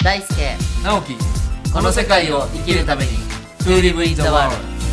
大輔直樹、 この世界を生きるために To live in the world。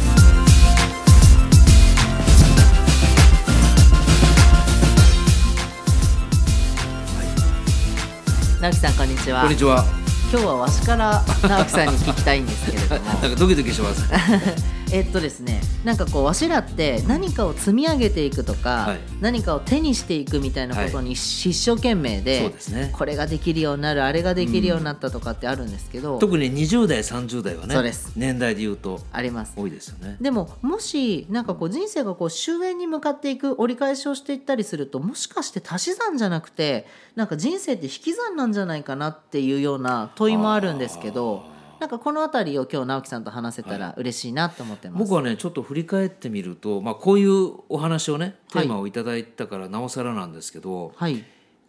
直樹さんこんにちは。 こんにちは。 今日はわしから直樹さんに聞きたいんですけれどもなんかドキドキしますですね、なんかこうわしらって何かを積み上げていくとか、 はい、 何かを手にしていくみたいなことに一生懸命で、 そうですね、 これができるようになる、あれができるようになったとかってあるんですけど、 特に20代30代はね、 そうです年代で言うとあります。 多いですよね。 でももしなんかこう人生がこう終焉に向かっていく、折り返しをしていったりすると、もしかして足し算じゃなくてなんか人生って引き算なんじゃないかなっていうような問いもあるんですけど、なんかこのあたりを今日直樹さんと話せたら嬉しいなと思ってます。 僕はねちょっと振り返ってみると、こういうお話をねテーマをいただいたからなおさらなんですけど、 はい、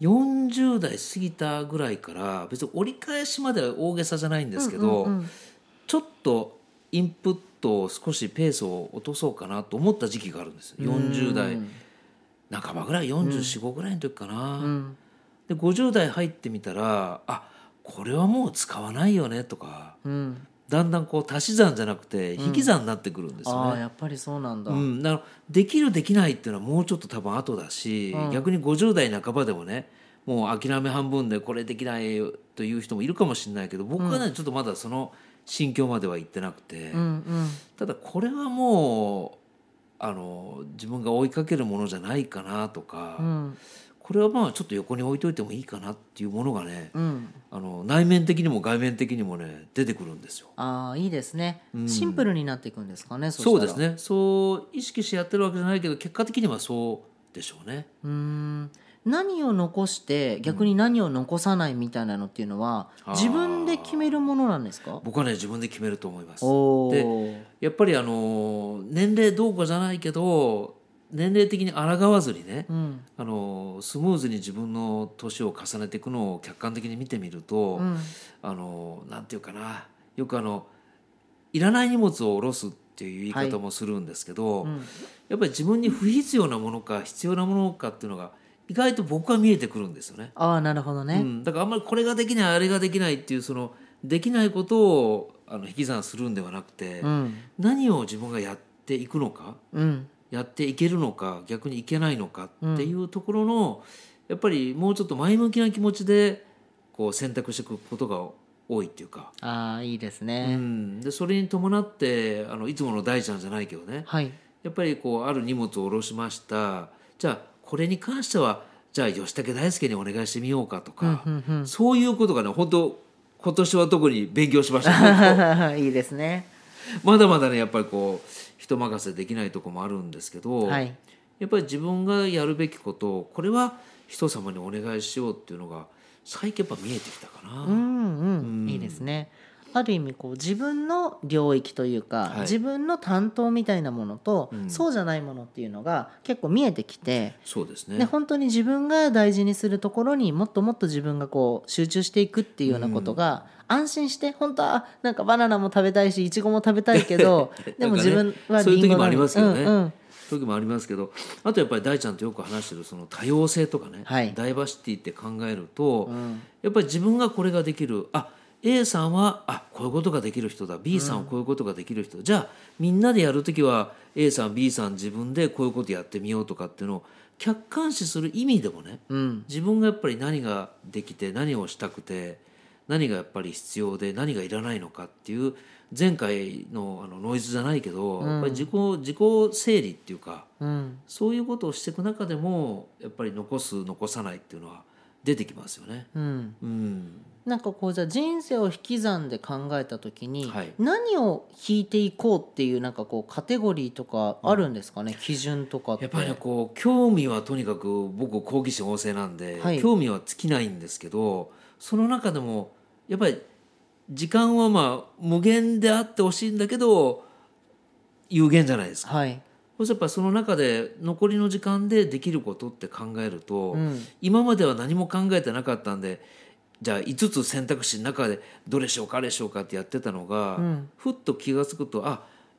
40代過ぎたぐらいから別に折り返しまでは大げさじゃないんですけど、ちょっとインプットを少しペースを落とそうかなと思った時期があるんです。40代半ばぐらい、44、5ぐらいの時かな、で50代入ってみたら、これはもう使わないよねとか、だんだんこう足し算じゃなくて引き算になってくるんですよね。 やっぱりそうなんだ。 だからできるできないっていうのはもうちょっと多分後だし、逆に50代半ばでもねもう諦め半分でこれできないという人もいるかもしれないけど、僕はね、ちょっとまだその心境までは行ってなくて、ただこれはもう自分が追いかけるものじゃないかなとか、これはちょっと横に置いといてもいいかなっていうものがね、内面的にも外面的にもね出てくるんですよ。 いいですね、シンプルになっていくんですかね。そうですね、そう意識してやってるわけじゃないけど結果的にはそうでしょうね。 何を残して逆に何を残さないみたいなのっていうのは、自分で決めるものなんですか？ 僕はね自分で決めると思います。でやっぱり年齢どうこうじゃないけど年齢的に抗わずにね、スムーズに自分の年を重ねていくのを客観的に見てみると、なんていうかな、よくいらない荷物を下ろすっていう言い方もするんですけど、やっぱり自分に不必要なものか必要なものかっていうのが意外と僕は見えてくるんですよね。 なるほどね、 だからあんまりこれができないあれができないっていうそのできないことを引き算するんではなくて、何を自分がやっていくのか、やっていけるのか逆にいけないのかっていうところの、やっぱりもうちょっと前向きな気持ちでこう選択していくことが多いっていうか。 いいですね、 でそれに伴っていつもの大ちゃんじゃないけどね、やっぱりこうある荷物を下ろしました、じゃあこれに関してはじゃあ吉武大輔にお願いしてみようかとか、そういうことがね本当今年は特に勉強しましたねいいですね。 まだまだねやっぱりこう人任せできないところもあるんですけど、やっぱり自分がやるべきことこれは人様にお願いしようっていうのが最近やっぱ見えてきたかな。 いいですね。ある意味こう自分の領域というか、自分の担当みたいなものと、そうじゃないものっていうのが結構見えてきて、 そうですね。 で本当に自分が大事にするところにもっともっと自分がこう集中していくっていうようなことが、安心して本当はなんかバナナも食べたいしイチゴも食べたいけどでも自分はそういう時もありますけどね、 時もありますけど、あとやっぱり大ちゃんとよく話してるその多様性とかね、ダイバーシティって考えると、やっぱり自分がこれができる、A さんはこういうことができる人だ、 B さんはこういうことができる人、じゃあみんなでやるときは A さん B さん自分でこういうことやってみようとかっていうのを客観視する意味でもね、自分がやっぱり何ができて何をしたくて何がやっぱり必要で何がいらないのかっていう前回のノイズじゃないけど、やっぱり自己整理っていうか、そういうことをしていく中でもやっぱり残す残さないっていうのは出てきますよね。 なんかこうじゃあ人生を引き算で考えた時に、何を引いていこうっていうなんかこうカテゴリーとかあるんですかね、基準とかって。 やっぱりねこう興味はとにかく僕好奇心旺盛なんで、興味は尽きないんですけど、その中でもやっぱり時間は無限であってほしいんだけど有限じゃないですか。そうするとやっぱその中で残りの時間でできることって考えると、今までは何も考えてなかったんでじゃあ5つ選択肢の中でどれしようかあれしようかってやってたのが、ふっと気が付くと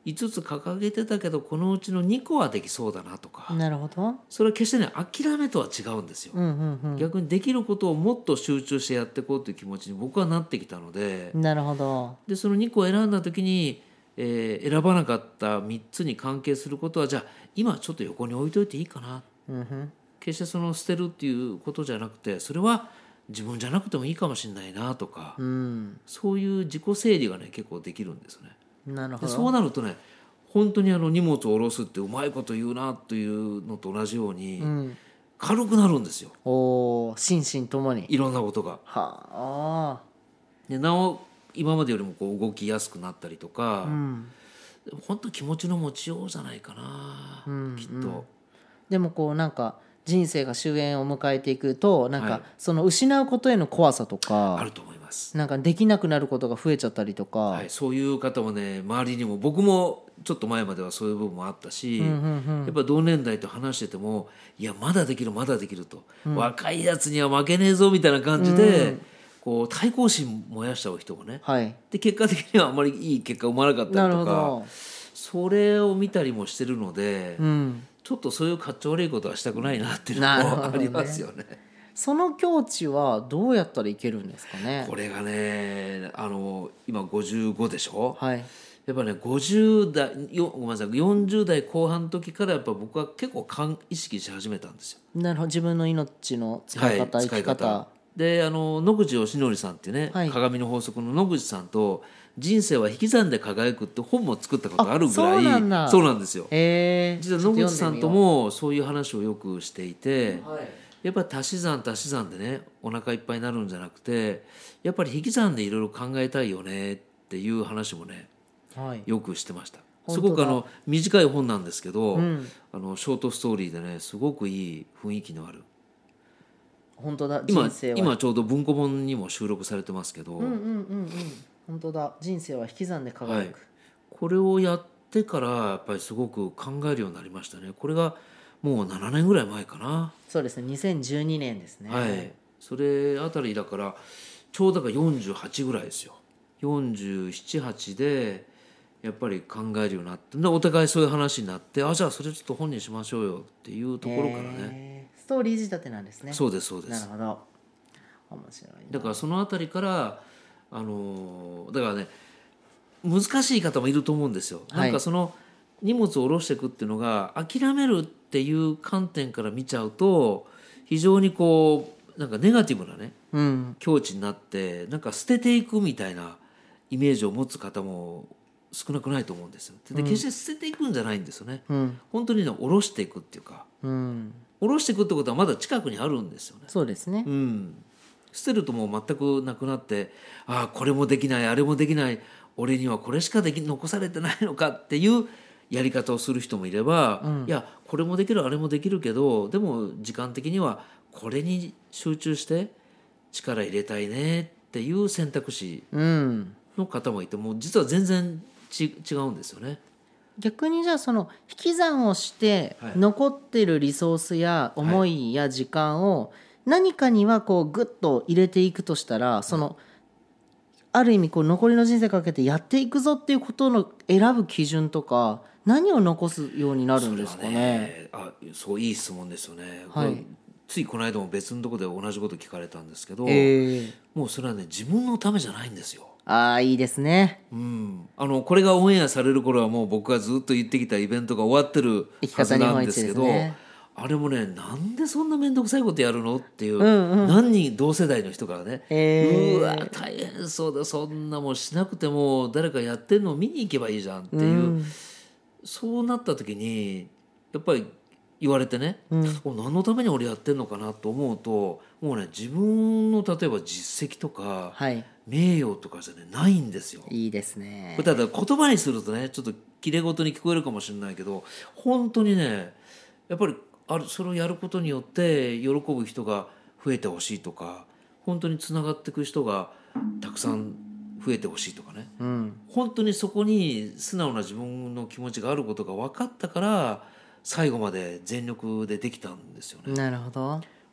5つ掲げてたけどこのうちの2個はできそうだなとか、 なるほど。 それは決してね諦めとは違うんですよ、逆にできることをもっと集中してやっていこうという気持ちに僕はなってきたので、 なるほど。 でその2個を選んだ時に、選ばなかった3つに関係することはじゃあ今ちょっと横に置いといていいかな、決してその捨てるっていうことじゃなくて、それは自分じゃなくてもいいかもしれないなとか、そういう自己整理がね結構できるんですね。 なるほど。 でそうなるとね本当に荷物を下ろすってうまいこと言うなというのと同じように、軽くなるんですよ。 心身ともにいろんなことが。でなお今までよりもこう動きやすくなったりとか、本当気持ちの持ちようじゃないかな、きっと。 でもこうなんか人生が終焉を迎えていくとなんかその失うことへの怖さとか、 あると思います。 なんかできなくなることが増えちゃったりとか、 そういう方もね周りにも、僕もちょっと前まではそういう部分もあったし、やっぱ同年代と話しててもいやまだできるまだできると、若いやつには負けねえぞみたいな感じで、こう対抗心燃やしちゃう人もね、で結果的にはあまりいい結果生まなかったりとか、それを見たりもしてるので、ちょっとそういうかっちょ悪いことはしたくないなっていうのもありますよね。 その境地はどうやったらいけるんですかね。 これがね今55でしょ、 やっぱね50代ごめんなさい40代後半の時からやっぱ僕は結構意識し始めたんですよ。 なるほど。自分の命の使い方、生き方で野口義則さんっていうね、鏡の法則の野口さんと人生は引き算で輝くって本も作ったことあるぐらい、そうなんですよ。実は野口さんともそういう話をよくしていて、やっぱり足し算でねお腹いっぱいになるんじゃなくて、やっぱり引き算でいろいろ考えたいよねっていう話もね、よくしてました。すごく短い本なんですけど、ショートストーリーでねすごくいい雰囲気のある。 本当だ。 今ちょうど文庫本にも収録されてますけど、 本当だ。人生は引き算で輝く、 これをやってからやっぱりすごく考えるようになりましたね。これがもう7年ぐらい前かな。 そうですね。2012年ですね。 それあたりだからちょうど48ぐらいですよ。47、8でやっぱり考えるようになって、でお互いそういう話になって、じゃあそれちょっと本にしましょうよっていうところからね、 ストーリー仕立てなんですね。 そうです。なるほど。面白いな。 だからそのあたりからだからね難しい方もいると思うんですよ。なんかその荷物を下ろしていくっていうのが諦めるっていう観点から見ちゃうと非常にこうなんかネガティブなね、境地になってなんか捨てていくみたいなイメージを持つ方も少なくないと思うんですよ。で決して捨てていくんじゃないんですよね、本当にね下ろしていくっていうか、下ろしていくってことはまだ近くにあるんですよね。 そうですね、 捨てるともう全くなくなって、これもできないあれもできない、俺にはこれしか残されてないのかっていうやり方をする人もいれば、いやこれもできるあれもできるけどでも時間的にはこれに集中して力入れたいねっていう選択肢の方もいて、もう実は全然違うんですよね。 逆にじゃあその引き算をして残ってるリソースや思いや時間を何かにはこうグッと入れていくとしたら、そのある意味こう残りの人生かけてやっていくぞっていうことの選ぶ基準とか何を残すようになるんですかね。 そういい質問ですよね、ついこの間も別のところで同じこと聞かれたんですけど、もうそれはね自分のためじゃないんですよ。 いいですね。 これがオンエアされる頃はもう僕がずっと言ってきたイベントが終わってるはずなんですけど、あれもねなんでそんな面倒くさいことやるのっていう、何人同世代の人からね、うわ大変そうだ、そんなもんしなくても誰かやってるのを見に行けばいいじゃんっていう、そうなった時にやっぱり言われてね、何のために俺やってんのかなと思うと、もうね自分の例えば実績とか、名誉とかじゃないんですよ。 いいですね。 これただ言葉にするとねちょっときれいごとに聞こえるかもしれないけど、本当にねやっぱりそれをやることによって喜ぶ人が増えてほしいとか、本当につながっていく人がたくさん増えてほしいとかね、本当にそこに素直な自分の気持ちがあることが分かったから最後まで全力でできたんですよね。 なるほど。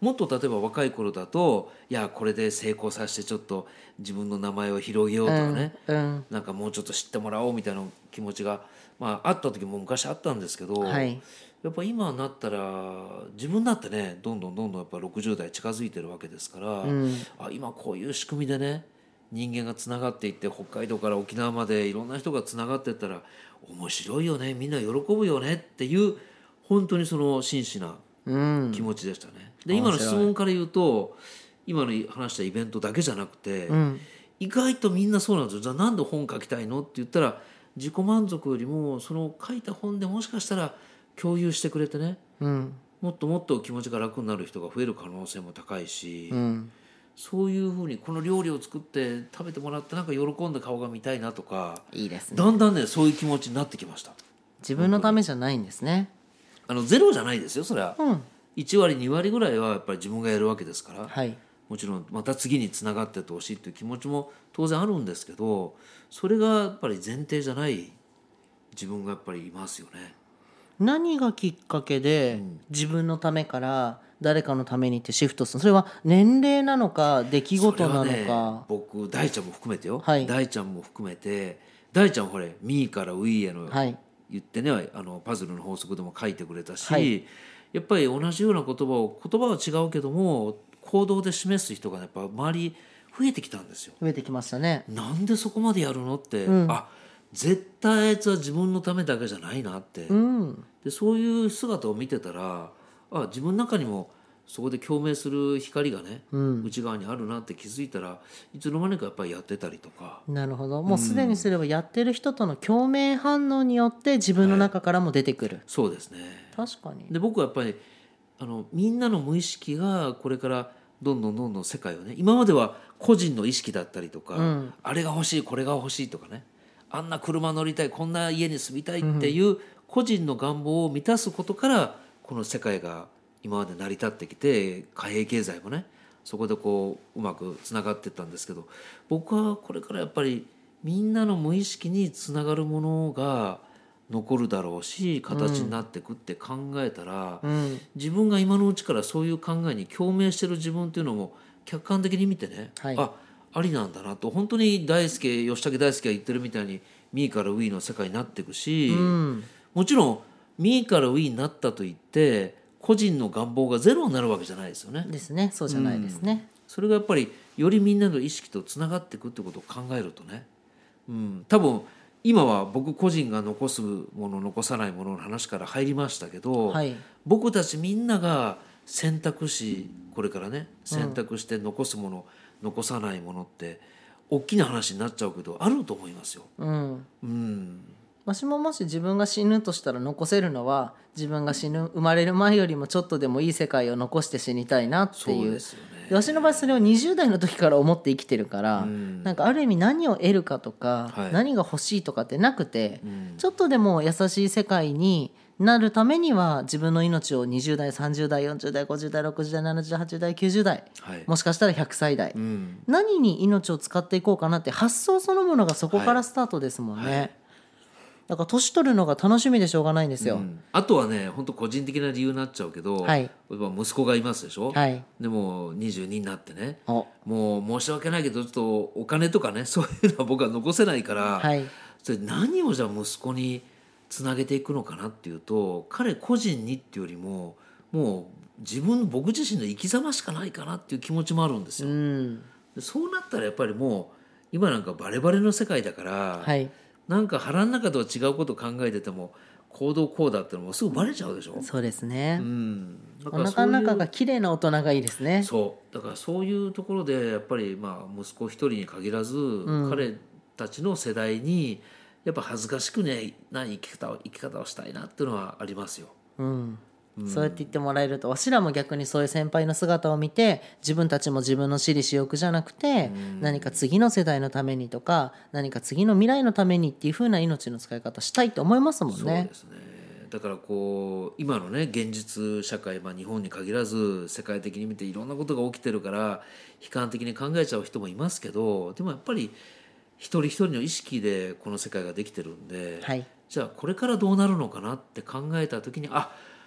もっと例えば若い頃だといやこれで成功させてちょっと自分の名前を広げようとかね、なんかもうちょっと知ってもらおうみたいな気持ちが、あった時も昔あったんですけど、 はい、 やっぱ今になったら自分だってねどんどんやっぱ60代近づいてるわけですから、今こういう仕組みでね人間がつながっていって北海道から沖縄までいろんな人がつながっていったら面白いよねみんな喜ぶよねっていう本当にその真摯な気持ちでしたね。で今の質問から言うと今の話したイベントだけじゃなくて、意外とみんなそうなんですよ。じゃあなんで本書きたいのって言ったら自己満足よりもその書いた本でもしかしたら共有してくれてね、もっともっと気持ちが楽になる人が増える可能性も高いし、そういうふうにこの料理を作って食べてもらってなんか喜んだ顔が見たいなとか、 いいですね、 だんだんねそういう気持ちになってきました。 自分のためじゃないんですね。 ゼロじゃないですよそれは、1割2割ぐらいはやっぱり自分がやるわけですから、 はい、 もちろんまた次につながってってほしいっていう気持ちも当然あるんですけど、それがやっぱり前提じゃない自分がやっぱりいますよね。 何がきっかけで自分のためから誰かのためにってシフトするの？それは年齢なのか出来事なのか。 それはね、僕大ちゃんも含めてよ、 はい、 大ちゃんも含めて大ちゃんほれミーからウィーへの、 はい、 言ってねパズルの法則でも書いてくれたし、 はい、 やっぱり同じような言葉は違うけども行動で示す人がやっぱ周り増えてきたんですよ。 増えてきましたね。 なんでそこまでやるのって、絶対あいつは自分のためだけじゃないなって、でそういう姿を見てたら自分の中にもそこで共鳴する光がね、内側にあるなって気づいたらいつの間にかやっぱりやってたりとか。 なるほど、もうすでにすればやってる人との共鳴反応によって自分の中からも出てくる、 そうですね。 確かに。 で僕はやっぱりみんなの無意識がこれからどんどん世界をね、今までは個人の意識だったりとか、あれが欲しいこれが欲しいとかね、あんな車乗りたいこんな家に住みたいっていう個人の願望を満たすことからこの世界が今まで成り立ってきて、貨幣経済もねそこでこううまくつながっていったんですけど、僕はこれからやっぱりみんなの無意識につながるものが残るだろうし形になっていくって考えたら、自分が今のうちからそういう考えに共鳴してる自分っていうのも客観的に見てね、 はい、 ありなんだなと、本当に吉武大輔が言ってるみたいにミーからウィーの世界になっていくし、もちろんミーからウィーになったといって個人の願望がゼロになるわけじゃないですよね。 ですね、そうじゃないですね。 それがやっぱりよりみんなの意識とつながっていくってことを考えるとね、多分今は僕個人が残すもの残さないものの話から入りましたけど、 はい、 僕たちみんなが選択肢これからね選択して残すもの、残さないものって大きな話になっちゃうけどあると思いますよ。 私ももし自分が死ぬとしたら残せるのは自分が生まれる前よりもちょっとでもいい世界を残して死にたいなっていう。 そうですよね。 私の場合それを20代の時から思って生きてるから、なんかある意味何を得るかとか、何が欲しいとかってなくて、ちょっとでも優しい世界になるためには自分の命を20代30代40代50代60代70代80代90代、もしかしたら100歳代、何に命を使っていこうかなって発想そのものがそこからスタートですもんね。だから年取るのが楽しみでしょうがないんですよ。 あとはね本当個人的な理由になっちゃうけど、息子がいますでしょ、でも22になってね、もう申し訳ないけどちょっとお金とかねそういうのは僕は残せないから、それ何をじゃあ息子につなげていくのかなっていうと、彼個人にっていうよりももう僕自身の生き様しかないかなっていう気持ちもあるんですよ。でそうなったらやっぱりもう今なんかバレバレの世界だから、なんか腹の中とは違うことを考えてても行動こうだってのもすぐバレちゃうでしょ。 そうですね、 だお腹の中が綺麗な大人がいいですね。 そうだからそういうところでやっぱり息子一人に限らず、彼たちの世代にやっぱ恥ずかしくない生き方をしたいなっていうのはありますよ。 そうやって言ってもらえると、わしらも逆にそういう先輩の姿を見て自分たちも自分の私利私欲じゃなくて、何か次の世代のためにとか何か次の未来のためにっていう風な命の使い方したいと思いますもんね。 そうですね。だからこう今のね現実社会、日本に限らず世界的に見ていろんなことが起きてるから悲観的に考えちゃう人もいますけど、でもやっぱり一人一人の意識でこの世界ができてるんで、じゃあこれからどうなるのかなって考えた時に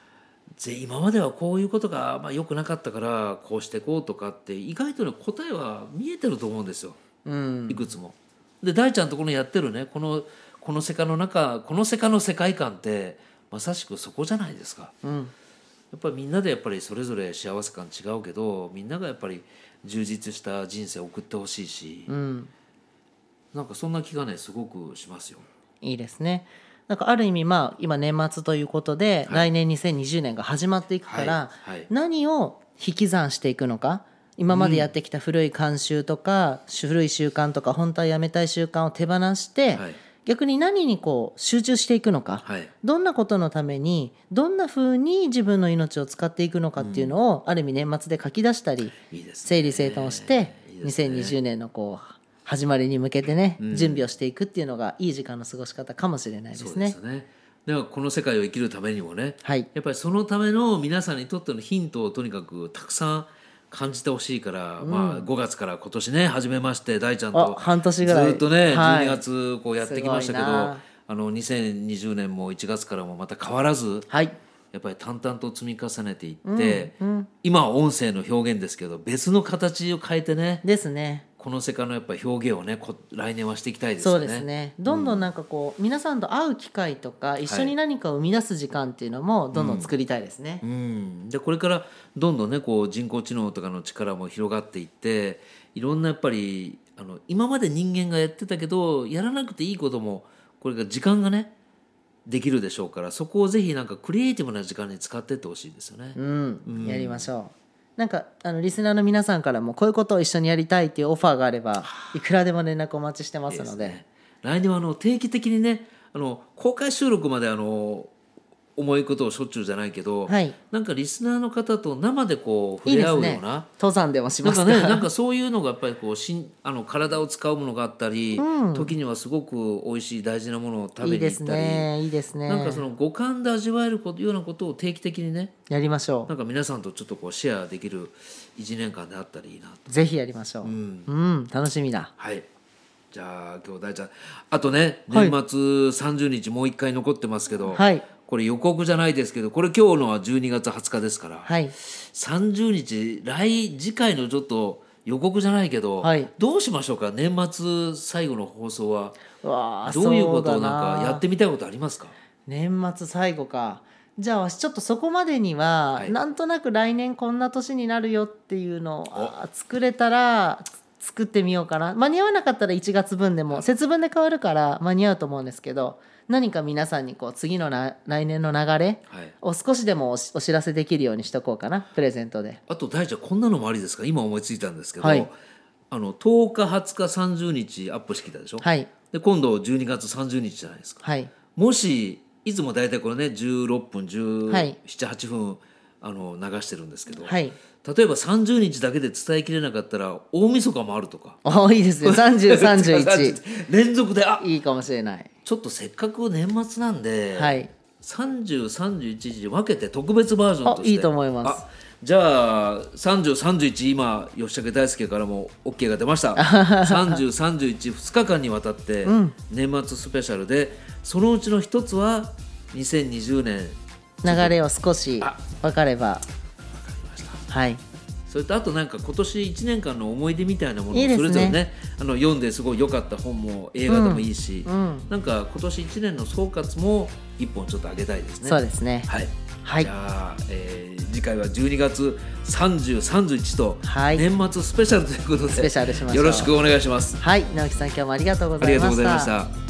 今まではこういうことが良くなかったからこうしていこうとかって意外とね答えは見えてると思うんですよ、いくつも。で大ちゃんとこのやってるねこの世界の中この世界の世界観ってまさしくそこじゃないですか、やっぱりみんなでやっぱりそれぞれ幸せ感違うけどみんながやっぱり充実した人生を送ってほしいし、なんかそんな気がねすごくしますよ。 いいですね。なんかある意味今年末ということで、来年2020年が始まっていくから、何を引き算していくのか、今までやってきた古い慣習とか、古い習慣とか本当はやめたい習慣を手放して、逆に何にこう集中していくのか、どんなことのためにどんな風に自分の命を使っていくのかっていうのを、ある意味年末で書き出したり、整理整頓して2020年のこう始まりに向けてね、準備をしていくっていうのがいい時間の過ごし方かもしれないですね。 そうですね。ではこの世界を生きるためにもね、やっぱりそのための皆さんにとってのヒントをとにかくたくさん感じてほしいから、5月から今年ね始めまして大ちゃんと半年ぐらいずっとね、12月こうやってきましたけど、2020年も1月からもまた変わらず、やっぱり淡々と積み重ねていって、今は音声の表現ですけど別の形を変えてねですね、 この世界のやっぱり表現をね来年はしていきたいですよね。 そうですね。どんどんなんかこう、皆さんと会う機会とか一緒に何かを生み出す時間っていうのもどんどん作りたいですね。 でこれからどんどんねこう人工知能とかの力も広がっていって、いろんなやっぱり今まで人間がやってたけどやらなくていいこともこれが時間がねできるでしょうから、そこをぜひなんかクリエイティブな時間に使っていってほしいですよね。 やりましょう。なんかリスナーの皆さんからもこういうことを一緒にやりたいっていうオファーがあればいくらでも連絡お待ちしてますので、 来年は定期的にね公開収録まで重いことをしょっちゅうじゃないけど、なんかリスナーの方と生でこう触れ合うような、 いいですね、登山でもしますかなんかそういうのがやっぱりこう体を使うものがあったり、時にはすごく美味しい大事なものを食べに行ったり、 いいですね。 なんかその五感で味わえるようなことを定期的にねやりましょう。 なんか皆さんとちょっとこうシェアできる1年間であったらいいなと。 ぜひやりましょう。楽しみだ。 じゃあ今日大ちゃんあとね年末30日もう1回残ってますけど、これ予告じゃないですけど、これ今日のは12月20日ですから、30日次回のちょっと予告じゃないけど、どうしましょうか。年末最後の放送はどういうことをなんかやってみたいことありますか。 年末最後か。じゃあちょっとそこまでには、なんとなく来年こんな年になるよっていうのを作れたら作ってみようかな。間に合わなかったら1月分でも節分で変わるから間に合うと思うんですけど、何か皆さんにこう次の来年の流れを少しでもお知らせできるようにしとこうかな、プレゼントで。 あと大ちゃんこんなのもありですか。今思いついたんですけど、10日20日30日アップしてきたでしょ、で今度12月30日じゃないですか、もしいつも大体これね16分17、8分流してるんですけど、例えば30日だけで伝えきれなかったら大晦日もあるとか。 いいですね。30、31 連続でいいかもしれない。 ちょっとせっかく年末なんで、30、31日分けて特別バージョンとしていいと思います。 じゃあ30、31今吉武大輔からも OK が出ました30、31、2日間にわたって年末スペシャルで、そのうちの一つは2020年流れを少し分かれば。 それとあとなんか今年1年間の思い出みたいなものをそれぞれね読んですごい良かった本も映画でもいいし、なんか今年1年の総括も1本ちょっとあげたいですね。 そうですね。 じゃあ、次回は12月30、31と年末スペシャルということで、 スペシャルしましょう。 よろしくお願いします。 直樹さん今日もありがとうございました。 ありがとうございました。